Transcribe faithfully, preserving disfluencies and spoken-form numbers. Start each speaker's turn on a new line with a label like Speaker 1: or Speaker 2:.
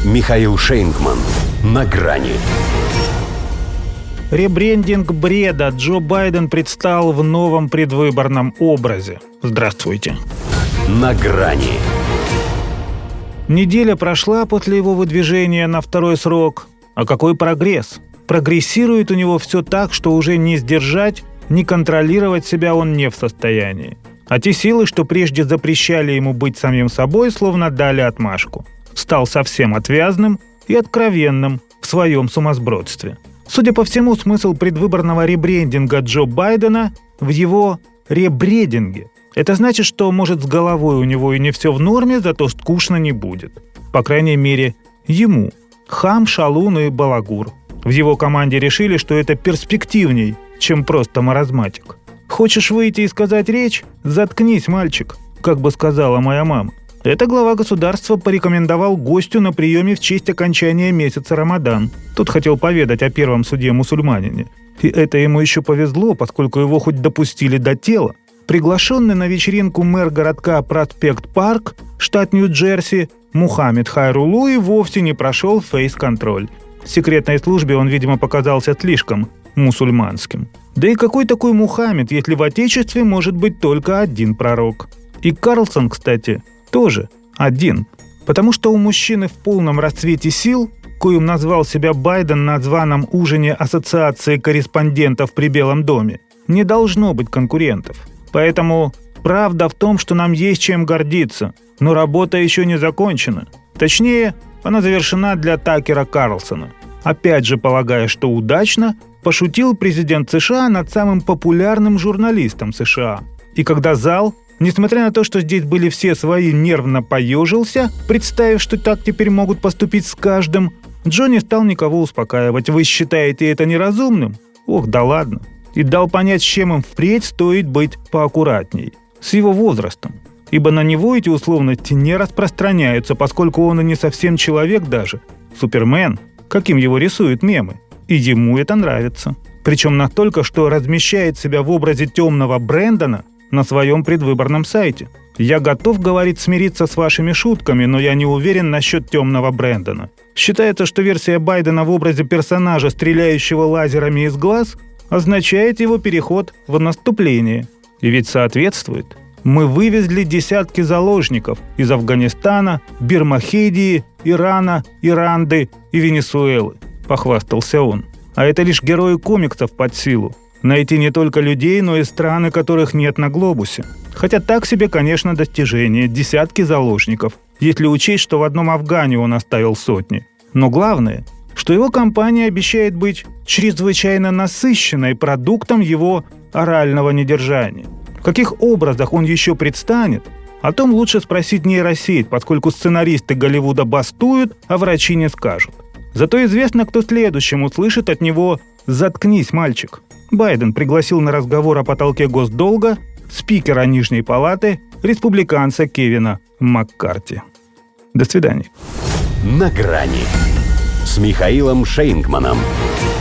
Speaker 1: Михаил Шейнгман. На грани.
Speaker 2: Ребрендинг бреда. Джо Байден предстал в новом предвыборном образе. Здравствуйте.
Speaker 1: На грани.
Speaker 2: Неделя прошла после его выдвижения на второй срок. А какой прогресс? Прогрессирует у него все так, что уже не сдержать, не контролировать себя он не в состоянии. А те силы, что прежде запрещали ему быть самим собой, словно дали отмашку. Стал совсем отвязным и откровенным в своем сумасбродстве. Судя по всему, смысл предвыборного ребрендинга Джо Байдена в его ребрендинге. Это значит, что, может, с головой у него и не все в норме, зато скучно не будет. По крайней мере, ему. Хам, шалун и балагур. В его команде решили, что это перспективней, чем просто маразматик. Хочешь выйти и сказать речь? Заткнись, мальчик, как бы сказала моя мама. Это глава государства порекомендовал гостю на приеме в честь окончания месяца Рамадан. Тот хотел поведать о первом суде-мусульманине. И это ему еще повезло, поскольку его хоть допустили до тела. Приглашенный на вечеринку мэр городка Проспект-Парк, штат Нью-Джерси, Мухаммед Хайруллуи вовсе не прошел фейс-контроль. В секретной службе он, видимо, показался слишком мусульманским. Да и какой такой Мухаммед, если в Отечестве может быть только один пророк? И Карлсон, кстати, тоже один. Потому что у мужчины в полном расцвете сил, коим назвал себя Байден на званом ужине Ассоциации корреспондентов при Белом доме, не должно быть конкурентов. Поэтому правда в том, что нам есть чем гордиться, но работа еще не закончена. Точнее, она завершена для Такера Карлсона. Опять же, полагая, что удачно, пошутил президент США над самым популярным журналистом США. И когда зал, несмотря на то, что здесь были все свои, нервно поежился, представив, что так теперь могут поступить с каждым, Джо не стал никого успокаивать. Вы считаете это неразумным? Ох, да ладно. И дал понять, с чем им впредь стоит быть поаккуратней. С его возрастом. Ибо на него эти условности не распространяются, поскольку он и не совсем человек даже. Супермен, каким его рисуют мемы. И ему это нравится. Причем настолько, что размещает себя в образе темного Брэндона на своем предвыборном сайте. Я готов, говорит, смириться с вашими шутками, но я не уверен насчет темного Брэндона. Считается, что версия Байдена в образе персонажа, стреляющего лазерами из глаз, означает его переход в наступление. И ведь соответствует. Мы вывезли десятки заложников из Афганистана, Бирмахедии, Ирана, Иранды и Венесуэлы, похвастался он. А это лишь герои комиксов под силу. Найти не только людей, но и страны, которых нет на глобусе. Хотя так себе, конечно, достижение. Десятки заложников, если учесть, что в одном Афгане он оставил сотни. Но главное, что его компания обещает быть чрезвычайно насыщенной продуктом его орального недержания. В каких образах он еще предстанет, о том лучше спросить нейросеть, поскольку сценаристы Голливуда бастуют, а врачи не скажут. Зато известно, кто следующим услышит от него «Заткнись, мальчик». Байден пригласил на разговор о потолке госдолга спикера Нижней палаты, республиканца Кевина Маккарти. До свидания.
Speaker 1: На грани с Михаилом Шейнгманом.